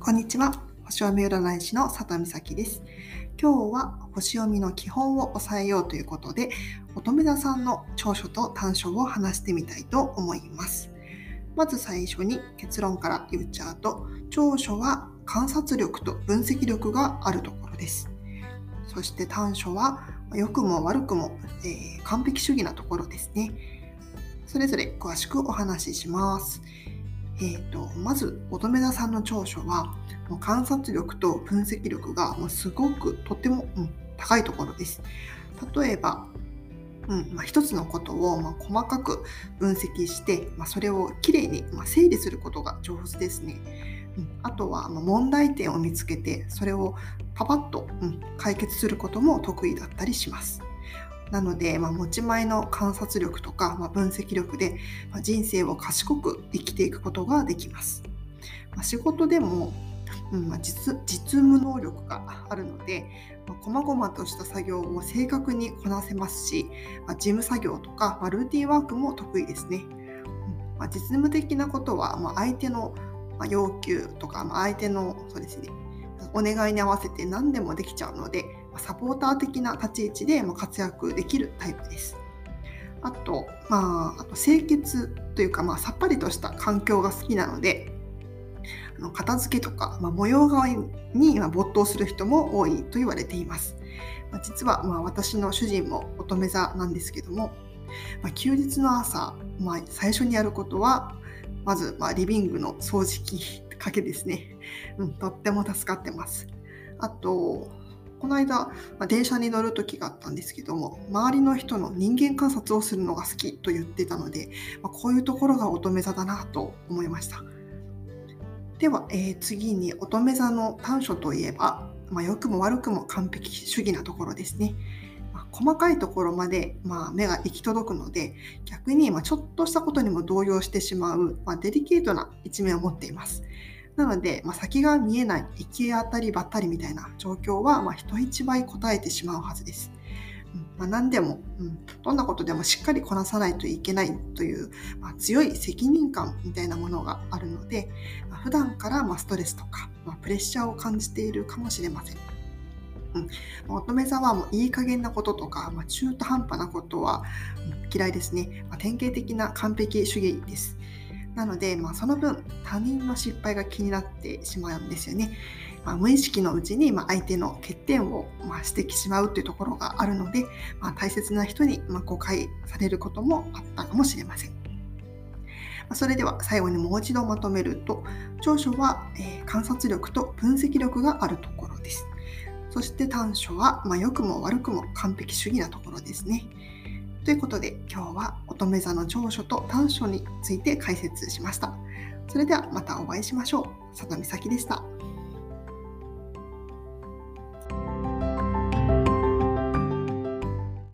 こんにちは。星読み占い師の佐藤美咲です。今日は星読みの基本を押さえようということで、乙女座さんの長所と短所を話してみたいと思います。まず最初に結論から言っちゃうと、長所は観察力と分析力があるところです。そして短所は良くも悪くも、完璧主義なところですね。それぞれ詳しくお話しします。まず乙女座さんの長所はもう観察力と分析力がすごくとても、高いところです。例えば、一つのことを細かく分析して、それをきれいに整理することが上手ですね。あとは問題点を見つけてそれをパパッと、解決することも得意だったりします。なので、持ち前の観察力とか、分析力で、人生を賢く生きていくことができます。仕事でも、実務能力があるので、細々とした作業を正確にこなせますし、事務作業とか、ルーティンワークも得意ですね。実務的なことは、相手の要求とか、相手のそうですね、お願いに合わせて何でもできちゃうので、サポーター的な立ち位置で活躍できるタイプです。あと清潔というか、さっぱりとした環境が好きなので、片付けとか、模様替えに没頭する人も多いと言われています。実は私の主人も乙女座なんですけども、休日の朝、最初にやることはまずリビングの掃除機かけですね。とっても助かってます。あとこの間、電車に乗る時があったんですけども、周りの人の人間観察をするのが好きと言ってたので、こういうところが乙女座だなと思いました。では、次に乙女座の短所といえば、良くも悪くも完璧主義なところですね。細かいところまで、目が行き届くので、逆にちょっとしたことにも動揺してしまう、デリケートな一面を持っています。なので、先が見えない行き当たりばったりみたいな状況は、人一倍答えてしまうはずです。何でも、どんなことでもしっかりこなさないといけないという、強い責任感みたいなものがあるので、普段からストレスとか、プレッシャーを感じているかもしれません。乙女座はもういい加減なこととか、中途半端なことは、嫌いですね。典型的な完璧主義です。なので、その分他人の失敗が気になってしまうんですよね。無意識のうちに相手の欠点を指摘しまうというところがあるので、大切な人に誤解されることもあったかもしれません。それでは最後にもう一度まとめると、長所は、観察力と分析力があるところです。そして短所は、良くも悪くも完璧主義なところですね。ということで、今日は乙女座の長所と短所について解説しました。それではまたお会いしましょう。佐藤美咲でした。